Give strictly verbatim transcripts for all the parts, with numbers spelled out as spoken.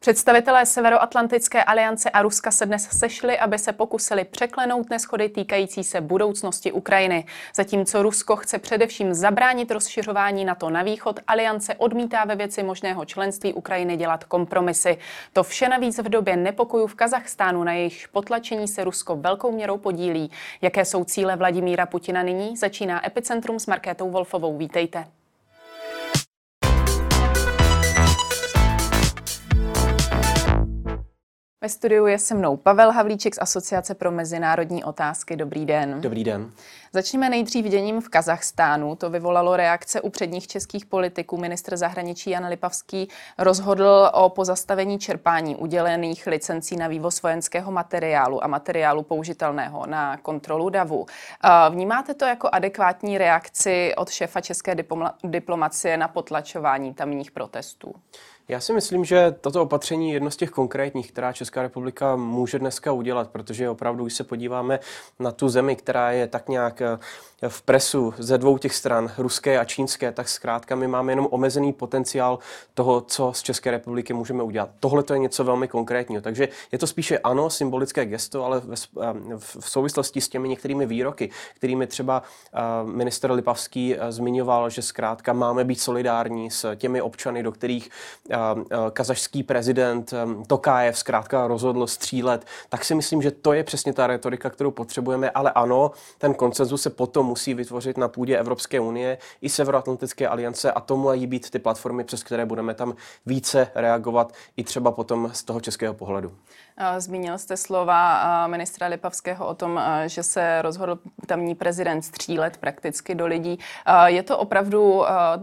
Představitelé Severoatlantické aliance a Ruska se dnes sešli, aby se pokusili překlenout neshody týkající se budoucnosti Ukrajiny. Zatímco Rusko chce především zabránit rozšiřování NATO na východ, aliance odmítá ve věci možného členství Ukrajiny dělat kompromisy. To vše navíc v době nepokojů v Kazachstánu, na jejichž potlačení se Rusko velkou měrou podílí. Jaké jsou cíle Vladimíra Putina nyní? Začíná Epicentrum s Markétou Wolfovou. Vítejte. Ve studiu je se mnou Pavel Havlíček z Asociace pro mezinárodní otázky. Dobrý den. Dobrý den. Začneme nejdřív děním v Kazachstánu. To vyvolalo reakce u předních českých politiků. Ministr zahraničí Jan Lipavský rozhodl o pozastavení čerpání udělených licencí na vývoz vojenského materiálu a materiálu použitelného na kontrolu davu. Vnímáte to jako adekvátní reakci od šéfa české diplomacie na potlačování tamních protestů? Já si myslím, že toto opatření je jedno z těch konkrétních, která Česká republika může dneska udělat, protože opravdu, když se podíváme na tu zemi, která je tak nějak v presu ze dvou těch stran, ruské a čínské, tak zkrátka my máme jenom omezený potenciál toho, co z České republiky můžeme udělat. Tohle to je něco velmi konkrétního, takže je to spíše ano, symbolické gesto, ale v souvislosti s těmi některými výroky, kterými třeba ministr Lipavský zmiňoval, že zkrátka máme být solidární s těmi občany, do kterých kazašský prezident Tokajev zkrátka rozhodl střílet, tak si myslím, že to je přesně ta retorika, kterou potřebujeme, ale ano, ten konsenzus se potom musí vytvořit na půdě Evropské unie i Severoatlantické aliance a to mají být ty platformy, přes které budeme tam více reagovat i třeba potom z toho českého pohledu. Zmínil jste slova ministra Lipavského o tom, že se rozhodl tamní prezident střílet prakticky do lidí. Je to opravdu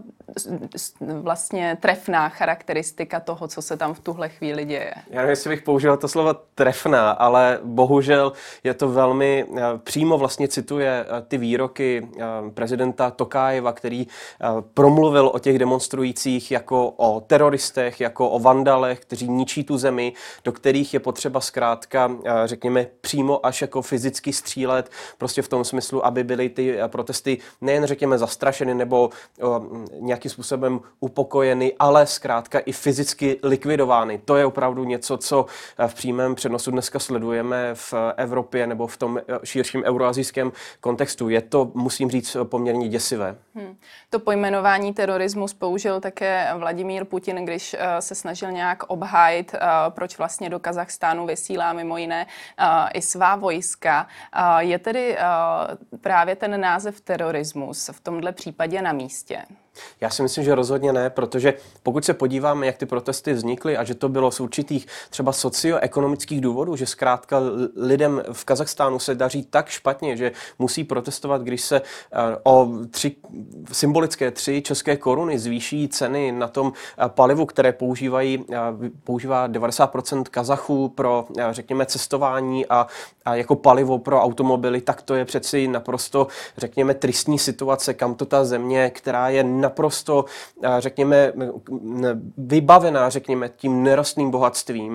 vlastně trefná charakteristika toho, co se tam v tuhle chvíli děje? Já nevím, jestli bych použil to slovo trefná, ale bohužel je to velmi přímo vlastně cituje ty výroky prezidenta Tokajeva, který promluvil o těch demonstrujících jako o teroristech, jako o vandalech, kteří ničí tu zemi, do kterých je potřeba zkrátka, řekněme, přímo až jako fyzicky střílet, prostě v tom smyslu, aby byly ty protesty nejen, řekněme, zastrašeny nebo nějakým způsobem upokojeny, ale zkrátka i fyzicky likvidovány. To je opravdu něco, co v přímém přenosu dneska sledujeme v Evropě nebo v tom širším euroazijském kontextu. Je to, musím říct, poměrně děsivé. Hmm. To pojmenování terorismus použil také Vladimír Putin, když uh, se snažil nějak obhájit, uh, proč vlastně do Kazachstánu vysílá mimo jiné uh, i svá vojska. Uh, je tedy uh, právě ten název terorismus v tomhle případě na místě? Já si myslím, že rozhodně ne, protože pokud se podíváme, jak ty protesty vznikly a že to bylo z určitých třeba socioekonomických důvodů, že zkrátka lidem v Kazachstánu se daří tak špatně, že musí protestovat, když se o tři symbolické tři české koruny zvýší ceny na tom palivu, které používají, používá devadesát procent Kazachů pro, řekněme, cestování a, a jako palivo pro automobily, tak to je přeci naprosto, řekněme, tristní situace, kam to ta země, která je naprosto, řekněme, vybavená, řekněme, tím nerostným bohatstvím,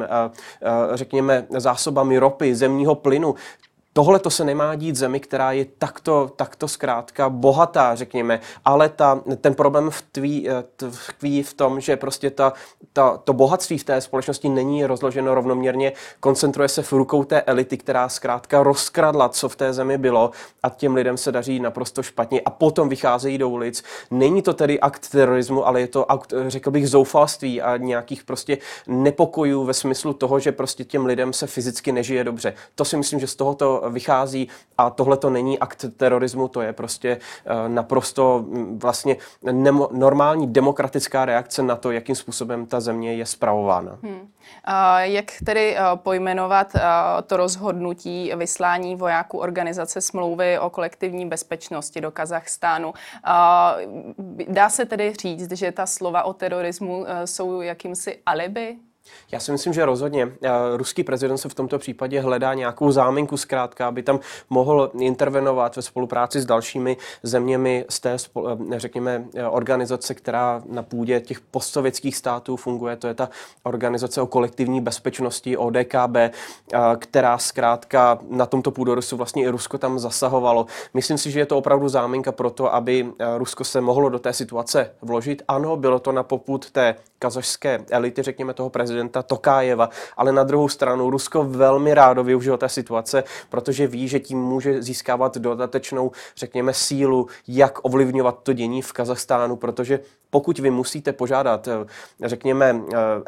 řekněme, zásobami ropy, zemního plynu. Tohle to se nemá dít zemi, která je takto, takto zkrátka bohatá, řekněme, ale ta, ten problém tkví, tkví v tom, že prostě ta, ta, to bohatství v té společnosti není rozloženo rovnoměrně, koncentruje se v rukou té elity, která zkrátka rozkradla, co v té zemi bylo a těm lidem se daří naprosto špatně a potom vycházejí do ulic. Není to tedy akt terorismu, ale je to akt, řekl bych, zoufalství a nějakých prostě nepokojů ve smyslu toho, že prostě těm lidem se fyzicky nežije dobře. To si myslím, že z tohoto vychází a tohle to není akt terorismu, to je prostě uh, naprosto m, vlastně nemo, normální demokratická reakce na to, jakým způsobem ta země je spravována. Hmm. Uh, jak tedy uh, pojmenovat uh, to rozhodnutí vyslání vojáků organizace smlouvy o kolektivní bezpečnosti do Kazachstánu? Uh, dá se tedy říct, že ta slova o terorismu uh, jsou jakýmsi alibi? Já si myslím, že rozhodně. Ruský prezident se v tomto případě hledá nějakou záminku zkrátka, aby tam mohl intervenovat ve spolupráci s dalšími zeměmi z té, řekněme, organizace, která na půdě těch postsovětských států funguje. To je ta organizace o kolektivní bezpečnosti, O D K B, která zkrátka na tomto půdorysu vlastně i Rusko tam zasahovalo. Myslím si, že je to opravdu záminka pro to, aby Rusko se mohlo do té situace vložit. Ano, bylo to na popud té kazašské elity, řekněme, toho prezidenta, prezidenta Tokájeva, ale na druhou stranu Rusko velmi rádo využilo té situace, protože ví, že tím může získávat dodatečnou, řekněme, sílu, jak ovlivňovat to dění v Kazachstánu, protože pokud vy musíte požádat, řekněme,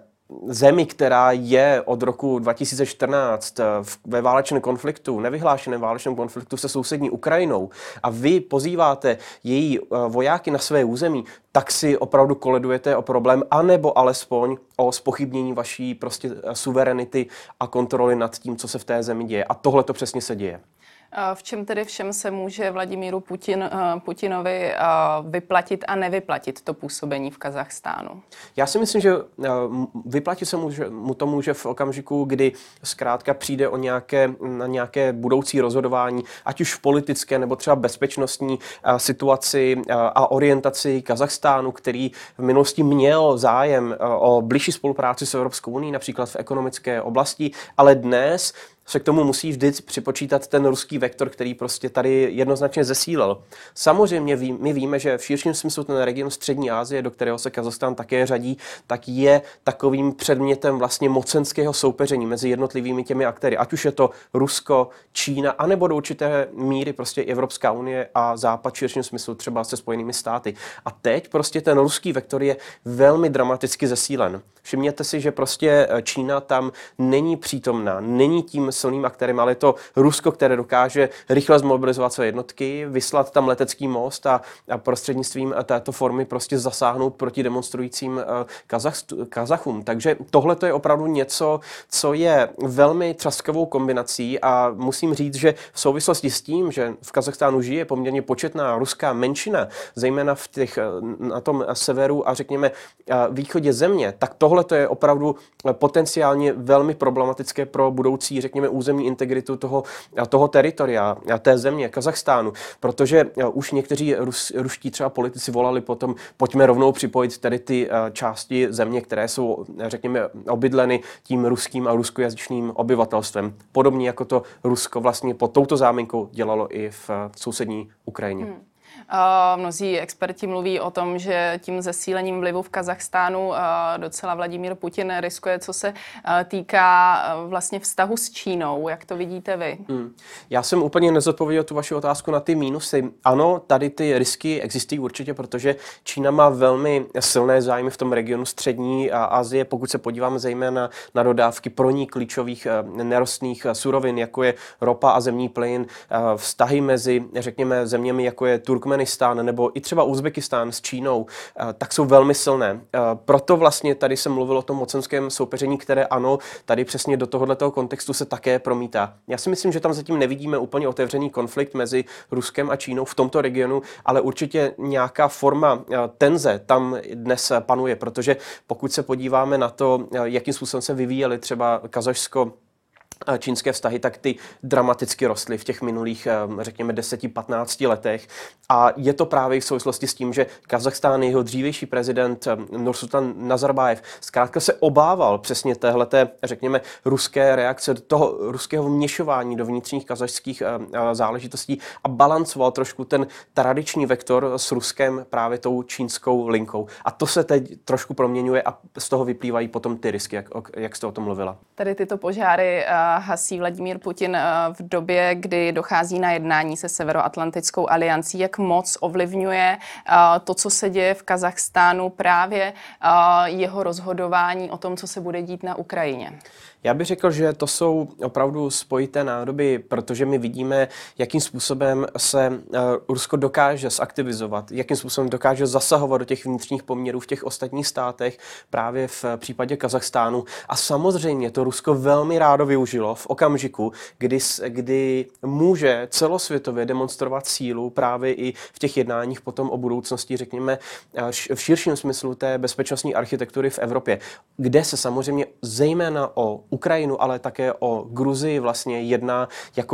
zemi, která je od roku dva tisíce čtrnáct ve válečném konfliktu, nevyhlášeném válečném konfliktu se sousední Ukrajinou a vy pozýváte její vojáky na své území, tak si opravdu koledujete o problém, anebo alespoň o zpochybnění vaší prostě suverenity a kontroly nad tím, co se v té zemi děje. A tohle to přesně se děje. V čem tedy všem se může Vladimíru Putin, Putinovi vyplatit a nevyplatit to působení v Kazachstánu? Já si myslím, že vyplatit se může, mu to může v okamžiku, kdy zkrátka přijde o nějaké, na nějaké budoucí rozhodování, ať už v politické nebo třeba bezpečnostní situaci a orientaci Kazachstánu, který v minulosti měl zájem o blížší spolupráci s Evropskou unií, například v ekonomické oblasti, ale dnes se k tomu musí vždy připočítat ten ruský vektor, který prostě tady jednoznačně zesílil. Samozřejmě ví, my víme, že v širším smyslu ten region Střední Asie, do kterého se Kazachstán také řadí, tak je takovým předmětem vlastně mocenského soupeření mezi jednotlivými těmi aktéry. Ať už je to Rusko, Čína, anebo do určité míry prostě Evropská unie a Západ v širším smyslu třeba se Spojenými státy. A teď prostě ten ruský vektor je velmi dramaticky zesílen. Všimněte si, že prostě Čína tam není přítomná, není tím silným aktérem, ale je to Rusko, které dokáže rychle zmobilizovat své jednotky, vyslat tam letecký most a, a prostřednictvím této formy prostě zasáhnout proti demonstrujícím Kazach, Kazachům. Takže tohle to je opravdu něco, co je velmi třaskavou kombinací a musím říct, že v souvislosti s tím, že v Kazachstánu žije poměrně početná ruská menšina, zejména v těch, na tom severu a řekněme východě země, tak tohle to je opravdu potenciálně velmi problematické pro budoucí, řekněme, územní integritu toho, toho teritoria, té země, Kazachstánu, protože už někteří Rus, ruští třeba politici volali potom, pojďme rovnou připojit tedy ty části země, které jsou, řekněme, obydleny tím ruským a ruskojazyčným obyvatelstvem. Podobně jako to Rusko vlastně pod touto záminkou dělalo i v sousední Ukrajině. Hmm. Uh, mnozí experti mluví o tom, že tím zesílením vlivu v Kazachstánu uh, docela Vladimír Putin riskuje, co se uh, týká uh, vlastně vztahu s Čínou. Jak to vidíte vy? Hmm. Já jsem úplně nezodpověděl tu vaši otázku na ty mínusy. Ano, tady ty risky existují určitě, protože Čína má velmi silné zájmy v tom regionu Střední Asie. Pokud se podíváme zejména na dodávky pro ní klíčových uh, nerostných uh, surovin, jako je ropa a zemní plyn, uh, vztahy mezi, řekněme, zeměmi, jako je Turkmenistán nebo i třeba Uzbekistán s Čínou, tak jsou velmi silné. Proto vlastně tady se mluvil o tom mocenském soupeření, které ano, tady přesně do tohoto kontextu se také promítá. Já si myslím, že tam zatím nevidíme úplně otevřený konflikt mezi Ruskem a Čínou v tomto regionu, ale určitě nějaká forma tenze tam dnes panuje, protože pokud se podíváme na to, jakým způsobem se vyvíjely třeba Kazašsko čínské vztahy, tak ty dramaticky rostly v těch minulých, řekněme, deseti patnácti letech. A je to právě v souvislosti s tím, že Kazachstán, jeho dřívější prezident Nursultan Nazarbájev, zkrátka se obával přesně téhleté, řekněme, ruské reakce, toho ruského vměšování do vnitřních kazašských záležitostí a balancoval trošku ten tradiční vektor s Ruskem právě tou čínskou linkou. A to se teď trošku proměňuje a z toho vyplývají potom ty risky, jak, jak jste o tom mluvila. Tady tyto požáry hasí Vladimír Putin v době, kdy dochází na jednání se Severoatlantickou aliancí. Jak moc ovlivňuje to, co se děje v Kazachstánu, právě jeho rozhodování o tom, co se bude dít na Ukrajině? Já bych řekl, že to jsou opravdu spojité nádoby, protože my vidíme, jakým způsobem se Rusko dokáže zaktivizovat, jakým způsobem dokáže zasahovat do těch vnitřních poměrů v těch ostatních státech, právě v případě Kazachstánu. A samozřejmě to Rusko velmi rádo využilo v okamžiku, kdy, kdy může celosvětově demonstrovat sílu právě i v těch jednáních potom o budoucnosti, řekněme, v širším smyslu té bezpečnostní architektury v Evropě, kde se samozřejmě zejména o Ukrajinu, ale také o Gruzii vlastně jedná jako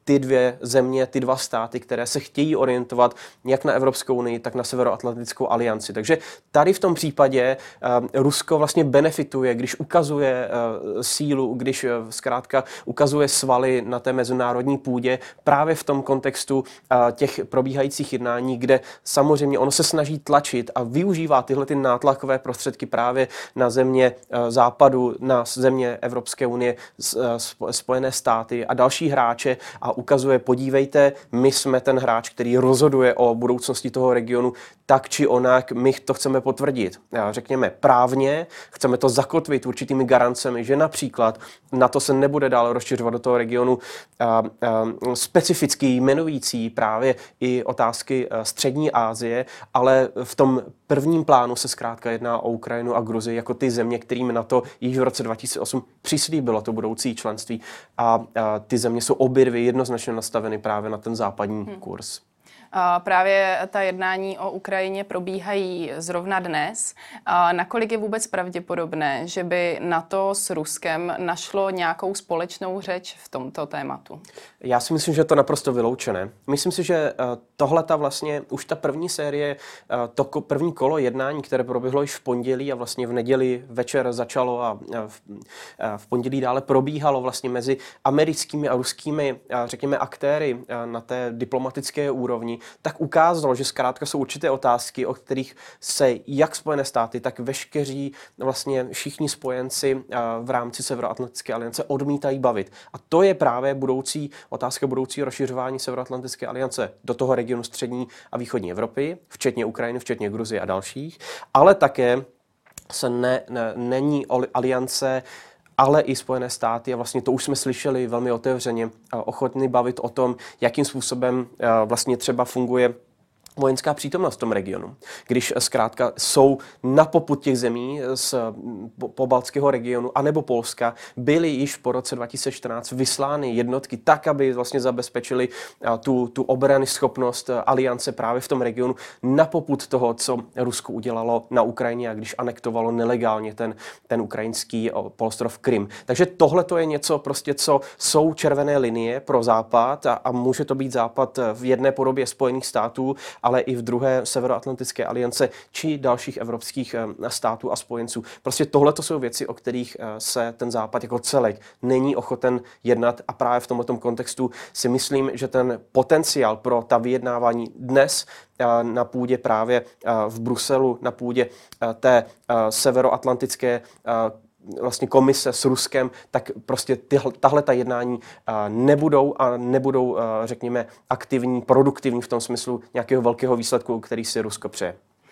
ty dvě země, ty dva státy, které se chtějí orientovat jak na Evropskou unii, tak na Severoatlantickou alianci. Takže tady v tom případě uh, Rusko vlastně benefituje, když ukazuje uh, sílu, když uh, zkrátka ukazuje svaly na té mezinárodní půdě právě v tom kontextu uh, těch probíhajících jednání, kde samozřejmě ono se snaží tlačit a využívá tyhle ty nátlakové prostředky právě na země uh, západu, na země Evropské unie, uh, Spojené státy a další hráče a ukazuje, podívejte, my jsme ten hráč, který rozhoduje o budoucnosti toho regionu tak či onak, my to chceme potvrdit. Řekněme právně, chceme to zakotvit určitými garancemi, že například NATO se nebude dál rozšiřovat do toho regionu a, a, specificky jmenující právě i otázky Střední Asie, ale v tom prvním plánu se zkrátka jedná o Ukrajinu a Gruzii jako ty země, kterým NATO již v roce dva tisíce osm přislíbilo to budoucí členství a, a ty země jsou obě dvě jednoznačně nastaveny právě na ten západní hmm. kurz. A právě ta jednání o Ukrajině probíhají zrovna dnes. A nakolik je vůbec pravděpodobné, že by NATO s Ruskem našlo nějakou společnou řeč v tomto tématu? Já si myslím, že je to naprosto vyloučené. Myslím si, že tohle ta vlastně už ta první série, to první kolo jednání, které proběhlo již v pondělí a vlastně v neděli večer začalo a v, v pondělí dále probíhalo vlastně mezi americkými a ruskými, řekněme, aktéry na té diplomatické úrovni, tak ukázalo, že zkrátka jsou určité otázky, o kterých se jak Spojené státy, tak veškeří vlastně všichni spojenci v rámci Severoatlantické aliance odmítají bavit. A to je právě budoucí otázka budoucího rozšiřování Severoatlantické aliance do toho regionu střední a východní Evropy, včetně Ukrajiny, včetně Gruzie a dalších, ale také se ne, ne, není aliance, ale i Spojené státy, a vlastně to už jsme slyšeli velmi otevřeně, ochotní bavit o tom, jakým způsobem vlastně třeba funguje vojenská přítomnost v tom regionu. Když zkrátka jsou na popud těch zemí z pobaltského regionu anebo Polska, byly již po roce dva tisíce čtrnáct vyslány jednotky tak, aby vlastně zabezpečili tu, tu obrany schopnost aliance právě v tom regionu na popud toho, co Rusko udělalo na Ukrajině, a když anektovalo nelegálně ten, ten ukrajinský poloostrov Krym. Takže tohle to je něco, prostě, co jsou červené linie pro Západ a, a může to být Západ v jedné podobě Spojených států, ale i v druhé Severoatlantické aliance či dalších evropských států a spojenců. Prostě tohle to jsou věci, o kterých se ten Západ jako celek není ochoten jednat, a právě v tomto kontextu si myslím, že ten potenciál pro ta vyjednávání dnes na půdě právě v Bruselu, na půdě té severoatlantické vlastně komise s Ruskem, tak prostě tyhle, tahle ta jednání nebudou a nebudou, řekněme, aktivní, produktivní v tom smyslu nějakého velkého výsledku, který si Rusko přeje.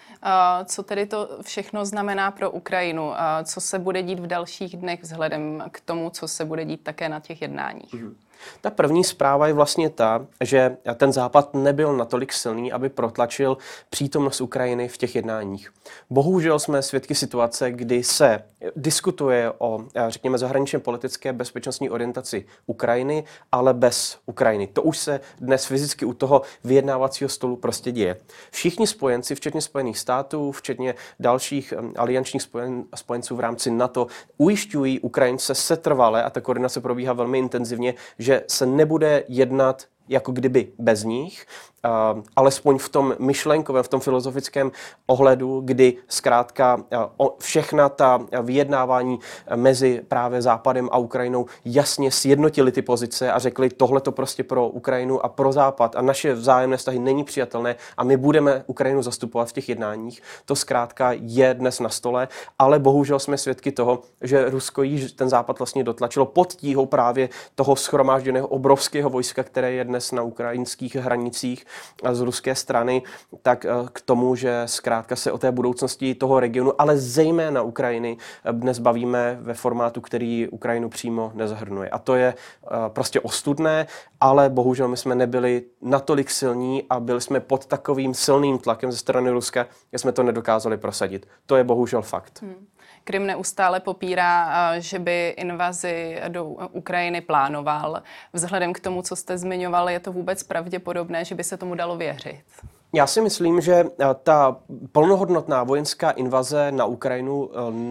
Co tedy to všechno znamená pro Ukrajinu? Co se bude dít v dalších dnech vzhledem k tomu, co se bude dít také na těch jednáních? Mm-hmm. Ta první zpráva je vlastně ta, že ten Západ nebyl natolik silný, aby protlačil přítomnost Ukrajiny v těch jednáních. Bohužel jsme svědky situace, kdy se diskutuje o, řekněme, zahraničně politické bezpečnostní orientaci Ukrajiny, ale bez Ukrajiny. To už se dnes fyzicky u toho vyjednávacího stolu prostě děje. Všichni spojenci, včetně Spojených států, včetně dalších aliančních spojen, spojenců v rámci NATO, ujišťují Ukrajince setrvale, a ta koordinace probíhá velmi intenzivně, že se nebude jednat jako kdyby bez nich, uh, alespoň v tom myšlenkovém, v tom filozofickém ohledu, kdy zkrátka uh, všechna ta vyjednávání mezi právě Západem a Ukrajinou jasně sjednotili ty pozice a řekli, tohle to prostě pro Ukrajinu a pro Západ a naše vzájemné vztahy není přijatelné a my budeme Ukrajinu zastupovat v těch jednáních. To zkrátka je dnes na stole, ale bohužel jsme svědky toho, že Rusko již ten Západ vlastně dotlačilo pod tíhou právě toho shromážděného obrovského vojska, které je dnes na ukrajinských hranicích z ruské strany, tak k tomu, že zkrátka se o té budoucnosti toho regionu, ale zejména Ukrajiny, dnes bavíme ve formátu, který Ukrajinu přímo nezahrnuje. A to je prostě ostudné, ale bohužel my jsme nebyli natolik silní a byli jsme pod takovým silným tlakem ze strany Ruska, že jsme to nedokázali prosadit. To je bohužel fakt. Hmm. Krym neustále popírá, že by invazi do Ukrajiny plánoval. Vzhledem k tomu, co jste zmiňoval, je to vůbec pravděpodobné, že by se tomu dalo věřit? Já si myslím, že ta plnohodnotná vojenská invaze na Ukrajinu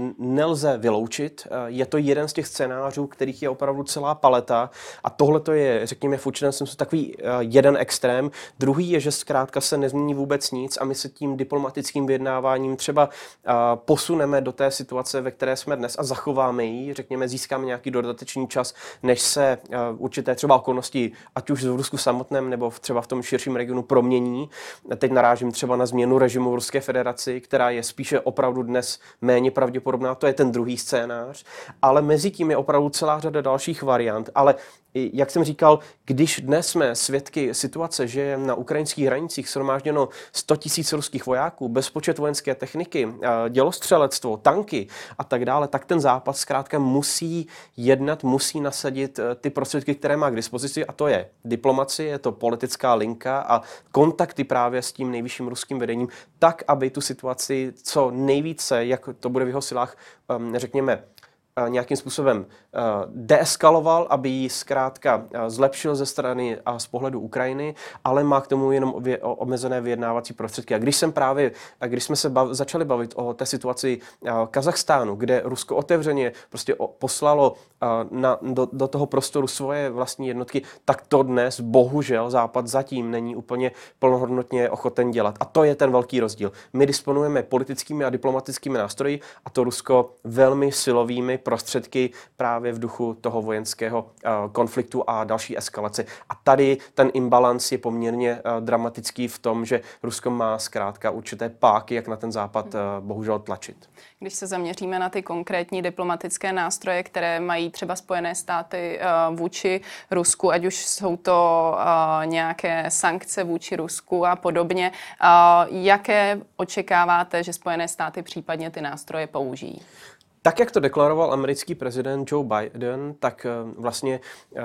nelze vyloučit. Je to jeden z těch scénářů, kterých je opravdu celá paleta a tohle to je, řekněme, v určitém smyslu takový jeden extrém. Druhý je, že zkrátka se nezmění vůbec nic a my se tím diplomatickým vyjednáváním třeba posuneme do té situace, ve které jsme dnes a zachováme ji, řekněme, získáme nějaký dodatečný čas, než se určité třeba okolnosti, ať už v Rusku samotném nebo třeba v tom širším regionu promění. Teď narážím třeba na změnu režimu v Ruské federaci, která je spíše opravdu dnes méně pravděpodobná, to je ten druhý scénář, ale mezi tím je opravdu celá řada dalších variant, ale jak jsem říkal, když dnes jsme svědky situace, že je na ukrajinských hranicích shromážděno sto tisíc ruských vojáků, bezpočet vojenské techniky, dělostřelectvo, tanky a tak dále, tak ten Západ zkrátka musí jednat, musí nasadit ty prostředky, které má k dispozici, a to je diplomacie, je to politická linka a kontakty právě s tím nejvyšším ruským vedením, tak, aby tu situaci co nejvíce, jak to bude v jeho silách, řekněme, nějakým způsobem deeskaloval, aby ji zkrátka zlepšil ze strany a z pohledu Ukrajiny, ale má k tomu jenom omezené vyjednávací prostředky. A když jsem právě, když jsme se bav, začali bavit o té situaci Kazachstánu, kde Rusko otevřeně prostě poslalo na, do, do toho prostoru svoje vlastní jednotky, tak to dnes bohužel Západ zatím není úplně plnohodnotně ochoten dělat. A to je ten velký rozdíl. My disponujeme politickými a diplomatickými nástroji a to Rusko velmi silovými prostředky právě v duchu toho vojenského uh, konfliktu a další eskalace. A tady ten imbalans je poměrně uh, dramatický v tom, že Rusko má zkrátka určité páky, jak na ten Západ uh, bohužel tlačit. Když se zaměříme na ty konkrétní diplomatické nástroje, které mají třeba Spojené státy uh, vůči Rusku, ať už jsou to uh, nějaké sankce vůči Rusku a podobně, uh, jaké očekáváte, že Spojené státy případně ty nástroje použijí? Tak, jak to deklaroval americký prezident Joe Biden, tak vlastně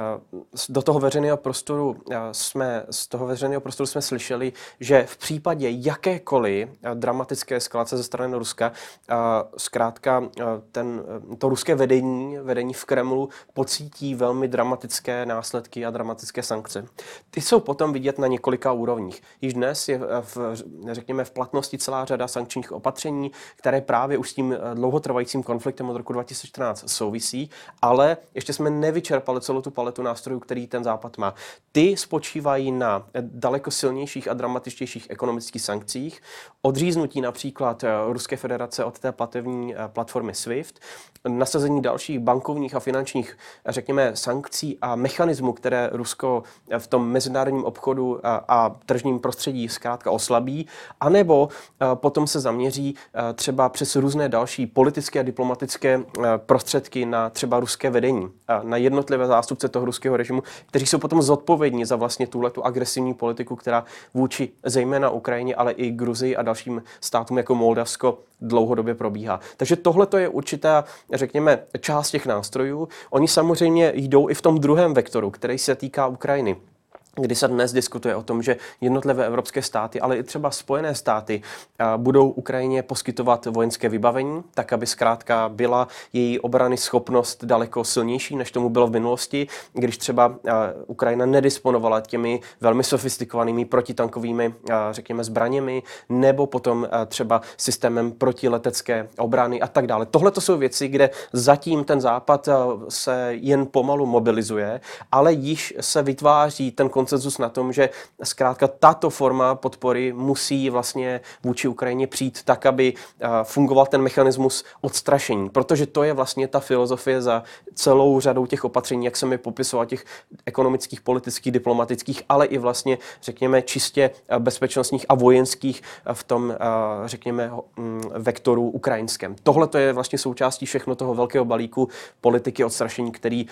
do toho veřejného prostoru jsme, z toho veřejného prostoru jsme slyšeli, že v případě jakékoliv dramatické eskalace ze strany Ruska, zkrátka ten, to ruské vedení, vedení v Kremlu pocítí velmi dramatické následky a dramatické sankce. Ty jsou potom vidět na několika úrovních. Již dnes je v, řekněme, v platnosti celá řada sankčních opatření, které právě už s tím dlouhotrvajícím konfliktem od roku dva tisíce čtrnáct souvisí, ale ještě jsme nevyčerpali celou tu paletu nástrojů, který ten Západ má. Ty spočívají na daleko silnějších a dramatičtějších ekonomických sankcích, odříznutí například Ruské federace od té platební platformy SWIFT, nasazení dalších bankovních a finančních, řekněme, sankcí a mechanismů, které Rusko v tom mezinárodním obchodu a, a tržním prostředí zkrátka oslabí, anebo potom se zaměří třeba přes různé další politické a diplomatické prostředky na třeba ruské vedení, na jednotlivé zástupce toho ruského režimu, kteří jsou potom zodpovědní za vlastně tuhletu agresivní politiku, která vůči zejména Ukrajině, ale i Gruzii a dalším státům jako Moldavsko dlouhodobě probíhá. Takže tohle to je určitá, řekněme, část těch nástrojů. Oni samozřejmě jdou i v tom druhém vektoru, který se týká Ukrajiny, kdy se dnes diskutuje o tom, že jednotlivé evropské státy, ale i třeba Spojené státy budou Ukrajině poskytovat vojenské vybavení, tak aby zkrátka byla její obrany schopnost daleko silnější, než tomu bylo v minulosti, když třeba Ukrajina nedisponovala těmi velmi sofistikovanými protitankovými, řekněme, zbraněmi, nebo potom třeba systémem protiletecké obrany a tak dále. Tohle to jsou věci, kde zatím ten Západ se jen pomalu mobilizuje, ale již se vytváří ten konsenzus na tom, že zkrátka tato forma podpory musí vlastně vůči Ukrajině přijít tak, aby fungoval ten mechanismus odstrašení, protože to je vlastně ta filozofie za celou řadou těch opatření, jak jsem je popisoval, těch ekonomických, politických, diplomatických, ale i vlastně, řekněme, čistě bezpečnostních a vojenských v tom, řekněme, vektoru ukrajinském. Tohle to je vlastně součástí všechno toho velkého balíku politiky odstrašení, který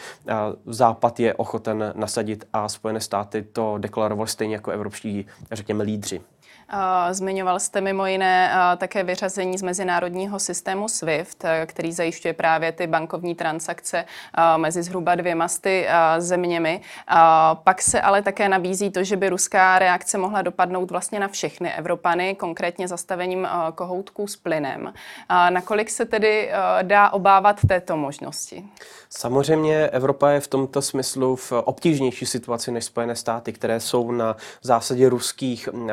Západ je ochoten nasadit a Spojené státy to deklarovali stejně jako evropští, řekněme, lídři. Zmiňoval jste mimo jiné také vyřazení z mezinárodního systému SWIFT, který zajišťuje právě ty bankovní transakce mezi zhruba dvěma sty zeměmi. Pak se ale také nabízí to, že by ruská reakce mohla dopadnout vlastně na všechny Evropany, konkrétně zastavením kohoutků s plynem. Nakolik se tedy dá obávat této možnosti? Samozřejmě Evropa je v tomto smyslu v obtížnější situaci než Spojené státy, které jsou na zásadě ruských dodávek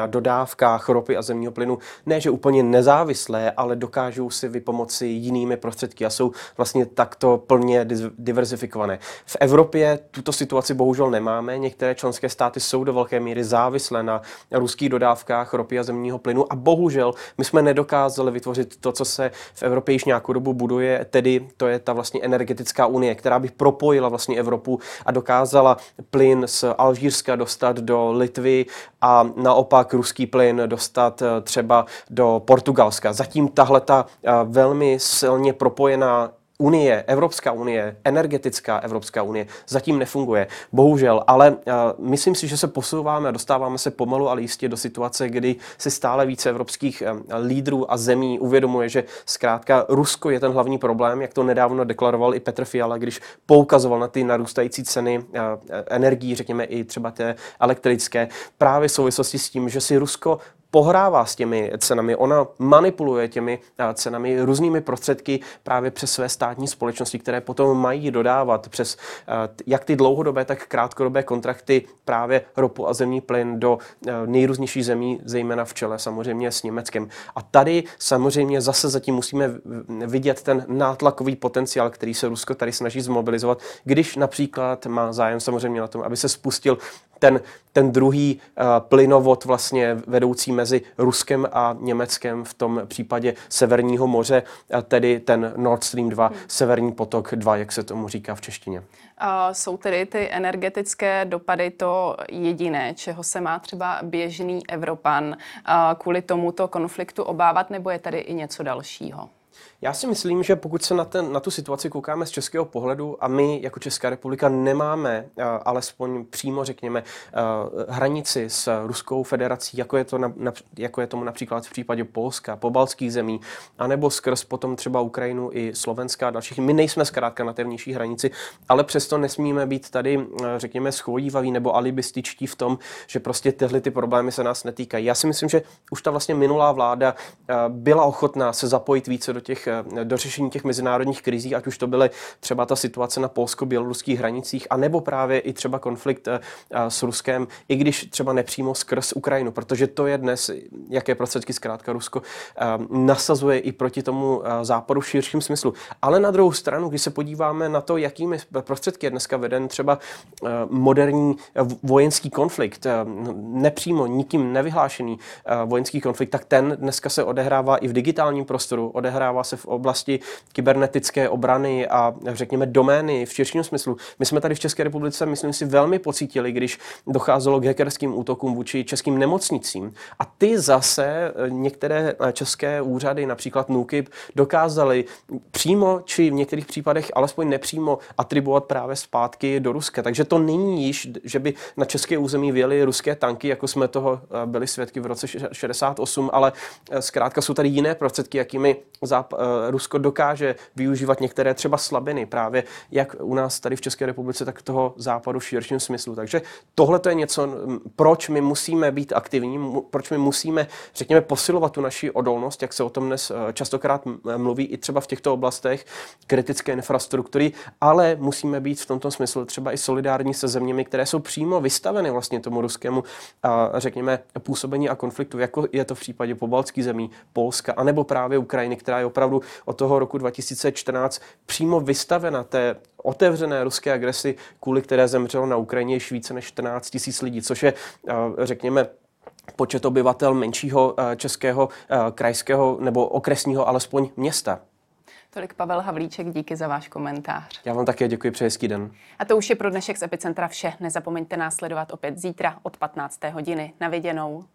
dodávkách ropy a zemního plynu ne, že úplně nezávislé, ale dokážou si vypomoci jinými prostředky a jsou vlastně takto plně diverzifikované. V Evropě tuto situaci bohužel nemáme. Některé členské státy jsou do velké míry závislé na ruských dodávkách ropy a zemního plynu a bohužel my jsme nedokázali vytvořit to, co se v Evropě již nějakou dobu buduje, tedy to je ta vlastně energetická unie, která by propojila vlastně Evropu a dokázala plyn z Alžírska dostat do Litvy a naopak ruský plyn dostat třeba do Portugalska. Zatím tahle ta velmi silně propojená Unie, Evropská unie, energetická Evropská unie zatím nefunguje. Bohužel, ale uh, myslím si, že se posouváme a dostáváme se pomalu, ale jistě do situace, kdy si stále více evropských um, lídrů a zemí uvědomuje, že zkrátka Rusko je ten hlavní problém, jak to nedávno deklaroval i Petr Fiala, když poukazoval na ty narůstající ceny uh, energií, řekněme i třeba té elektrické, právě v souvislosti s tím, že si Rusko pohrává s těmi cenami, ona manipuluje těmi cenami různými prostředky právě přes své státní společnosti, které potom mají dodávat přes jak ty dlouhodobé, tak krátkodobé kontrakty právě ropu a zemní plyn do nejrůznějších zemí, zejména v čele samozřejmě s Německem. A tady samozřejmě zase zatím musíme vidět ten nátlakový potenciál, který se Rusko tady snaží zmobilizovat, když například má zájem samozřejmě na tom, aby se spustil ten, ten druhý uh, plynovod vlastně vedoucí mezi Ruskem a Německem v tom případě Severního moře, uh, tedy ten Nord Stream dva, hmm. Severní potok dva, jak se tomu říká v češtině. A jsou tedy ty energetické dopady to jediné, čeho se má třeba běžný Evropan uh, kvůli tomuto konfliktu obávat, nebo je tady i něco dalšího? Já si myslím, že pokud se na, ten, na tu situaci koukáme z českého pohledu a my jako Česká republika nemáme uh, alespoň přímo, řekněme, uh, hranici s Ruskou federací, jako je, to na, na, jako je tomu například v případě Polska, pobaltských zemí, anebo skrz potom třeba Ukrajinu i Slovenska a dalších. My nejsme zkrátka na té vnější hranici, ale přesto nesmíme být tady, uh, řekněme, schovývaví nebo alibističtí v tom, že prostě tyhle ty problémy se nás netýkají. Já si myslím, že už ta vlastně minulá vláda uh, byla ochotná se zapojit více do těch do řešení těch mezinárodních krizí, ať už to byly třeba ta situace na polsko-běloruských hranicích, anebo právě i třeba konflikt s Ruskem, i když třeba nepřímo skrz Ukrajinu, protože to je dnes, jaké prostředky zkrátka Rusko nasazuje i proti tomu západu v širším smyslu. Ale na druhou stranu, když se podíváme na to, jakými prostředky je dneska veden třeba moderní vojenský konflikt, nepřímo nikým nevyhlášený vojenský konflikt, tak ten dneska se odehrává i v digitálním prostoru, odehrává se v oblasti kybernetické obrany a řekněme domény v širším smyslu. My jsme tady v České republice, myslím si, velmi pocítili, když docházelo k hackerským útokům vůči českým nemocnicím. A ty zase některé české úřady, například NÚKIB, dokázaly přímo či v některých případech alespoň nepřímo atribuovat právě zpátky do Ruska. Takže to není již, že by na české území vyjeli ruské tanky, jako jsme toho byli svědky v roce šedesát osm, ale zkrátka jsou tady jiné prostředky, jakými Záp- Rusko dokáže využívat některé třeba slabiny právě jak u nás tady v České republice, tak toho západu v širším smyslu. Takže tohle to je něco, proč my musíme být aktivní, proč my musíme, řekněme, posilovat tu naši odolnost, jak se o tom dnes častokrát mluví i třeba v těchto oblastech kritické infrastruktury, ale musíme být v tomto smyslu třeba i solidární se zeměmi, které jsou přímo vystaveny vlastně tomu ruskému, řekněme, působení a konfliktu, jako je to v případě pobaltských zemí, Polska, anebo právě Ukrajiny, která je opravdu od toho roku dva tisíce čtrnáct přímo vystavena té otevřené ruské agresi, kvůli které zemřelo na Ukrajině již více než čtrnáct tisíc lidí, což je, řekněme, počet obyvatel menšího českého krajského nebo okresního alespoň města. Tolik Pavel Havlíček, díky za váš komentář. Já vám také děkuji, přeji hezký den. A to už je pro dnešek z Epicentra vše. Nezapomeňte nás sledovat opět zítra od patnácté hodiny. Na viděnou.